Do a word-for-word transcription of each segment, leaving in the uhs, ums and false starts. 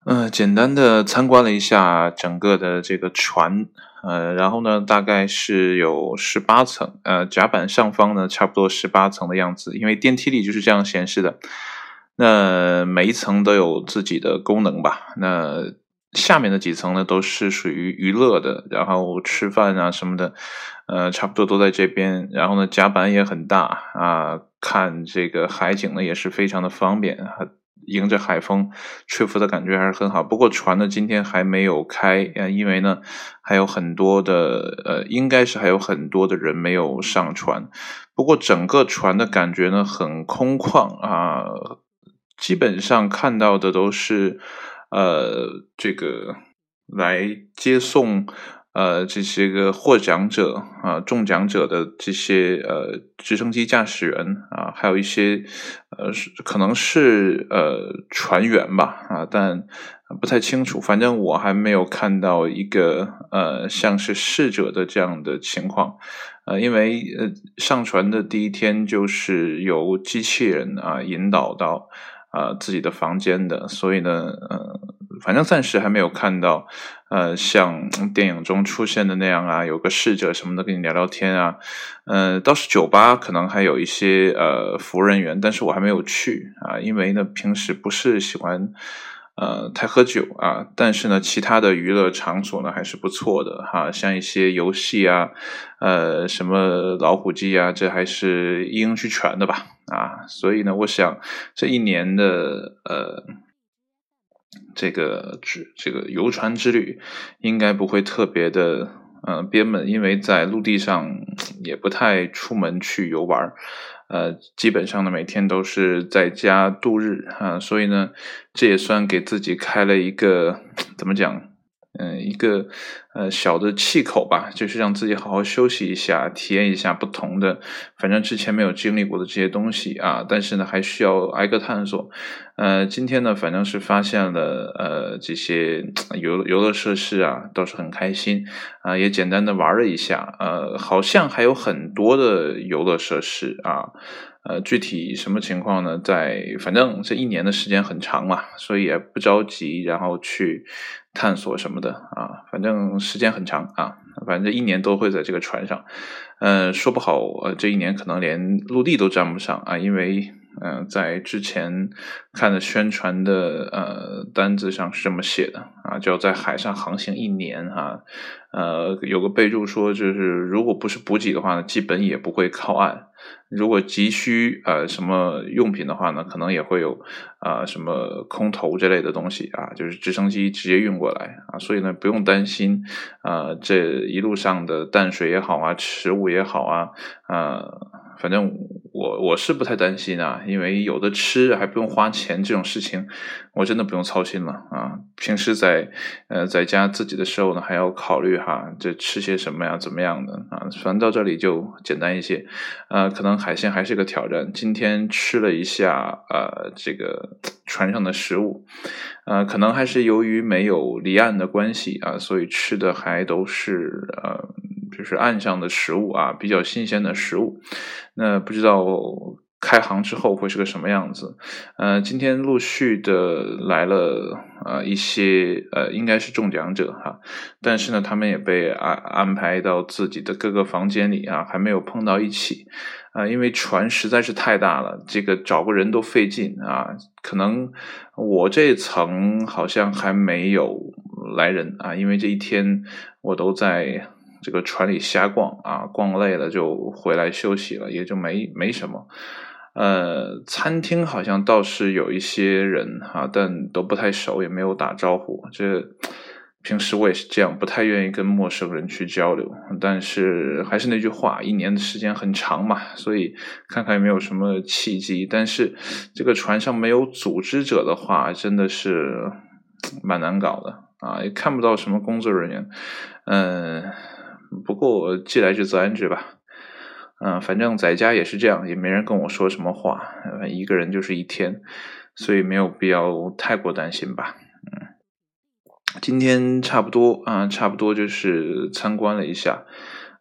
呃，简单的参观了一下整个的这个船，呃，然后呢，大概是有十八层，呃，甲板上方呢，差不多十八层的样子，因为电梯里就是这样显示的。那每一层都有自己的功能吧，那下面的几层呢，都是属于娱乐的，然后吃饭啊什么的，呃，差不多都在这边。然后呢，甲板也很大啊，看这个海景呢也是非常的方便，迎着海风吹拂的感觉还是很好。不过船呢今天还没有开，呃，因为呢还有很多的呃，应该是还有很多的人没有上船。不过整个船的感觉呢很空旷啊，基本上看到的都是呃这个来接送呃这些个获奖者啊、中奖者的这些呃直升机驾驶员啊，还有一些呃可能是呃船员吧啊，但不太清楚。反正我还没有看到一个呃像是逝者的这样的情况。呃，因为呃上船的第一天就是由机器人啊引导到啊、自己的房间的，所以呢，呃，反正暂时还没有看到，呃，像电影中出现的那样啊，有个侍者什么的跟你聊聊天啊，呃，倒是酒吧可能还有一些呃服务人员，但是我还没有去啊，因为呢平时不是喜欢呃太喝酒啊，但是呢其他的娱乐场所呢还是不错的哈，像一些游戏啊，呃什么老虎机啊，这还是一应俱全的吧啊，所以呢我想这一年的呃。这个之这个游船之旅应该不会特别的呃憋闷，因为在陆地上也不太出门去游玩，呃，基本上呢每天都是在家度日啊，所以呢这也算给自己开了一个怎么讲？嗯，一个呃小的气口吧，就是让自己好好休息一下，体验一下不同的，反正之前没有经历过的这些东西啊。但是呢，还需要挨个探索。呃，今天呢，反正是发现了呃这些游游乐设施啊，倒是很开心啊，也简单的玩了一下。呃，好像还有很多的游乐设施啊。呃，具体什么情况呢？在反正这一年的时间很长嘛，所以也不着急，然后去探索什么的啊。反正时间很长啊，反正一年都会在这个船上。呃，说不好，呃，这一年可能连陆地都沾不上啊，因为嗯、呃，在之前看的宣传的呃单子上是这么写的啊，就要在海上航行一年哈、啊，呃，有个备注说，就是如果不是补给的话呢，基本也不会靠岸。如果急需呃什么用品的话呢，可能也会有啊、呃、什么空投之类的东西啊，就是直升机直接运过来啊，所以呢不用担心啊、呃、这一路上的淡水也好啊，食物也好啊，呃，反正我我是不太担心啊，因为有的吃还不用花钱，这种事情我真的不用操心了啊。平时在呃在家自己的时候呢，还要考虑哈，这吃些什么呀，怎么样的啊？反正到这里就简单一些，呃，可能海鲜还是个挑战。今天吃了一下呃这个船上的食物，呃，可能还是由于没有离岸的关系啊，所以吃的还都是呃。就是岸上的食物啊，比较新鲜的食物。那不知道开航之后会是个什么样子？呃，今天陆续的来了呃一些呃，应该是中奖者哈，但是呢，他们也被安安排到自己的各个房间里啊，还没有碰到一起啊、呃，因为船实在是太大了，这个找个人都费劲啊。可能我这层好像还没有来人啊，因为这一天我都在这个船里瞎逛啊，逛累了就回来休息了，也就没没什么。呃，餐厅好像倒是有一些人哈，但都不太熟，也没有打招呼。这平时我也是这样，不太愿意跟陌生人去交流。但是还是那句话，一年的时间很长嘛，所以看看有没有什么契机。但是这个船上没有组织者的话，真的是蛮难搞的啊，也看不到什么工作人员。嗯、呃。不过既来之则安之吧，嗯、呃，反正在家也是这样，也没人跟我说什么话，呃、一个人就是一天，所以没有必要太过担心吧。嗯，今天差不多啊、呃，差不多就是参观了一下，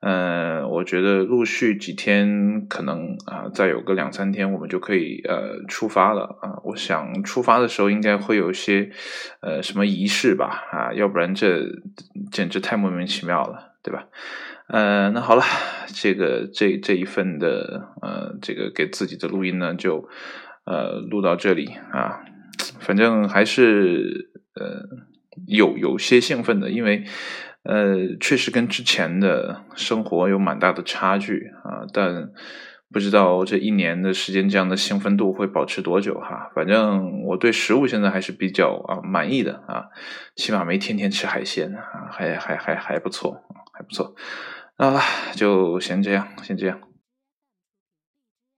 呃，我觉得陆续几天可能啊、再有个两三天我们就可以呃出发了啊、我想出发的时候应该会有一些呃什么仪式吧啊，要不然这简直太莫名其妙了，对吧？呃，那好了，这个这这一份的呃这个给自己的录音呢，就呃录到这里啊，反正还是呃有有些兴奋的，因为呃确实跟之前的生活有蛮大的差距啊，但不知道这一年的时间这样的兴奋度会保持多久哈。反正我对食物现在还是比较啊满意的啊，起码没天天吃海鲜啊，还还还还不错，还不错。啊，就先这样，先这样。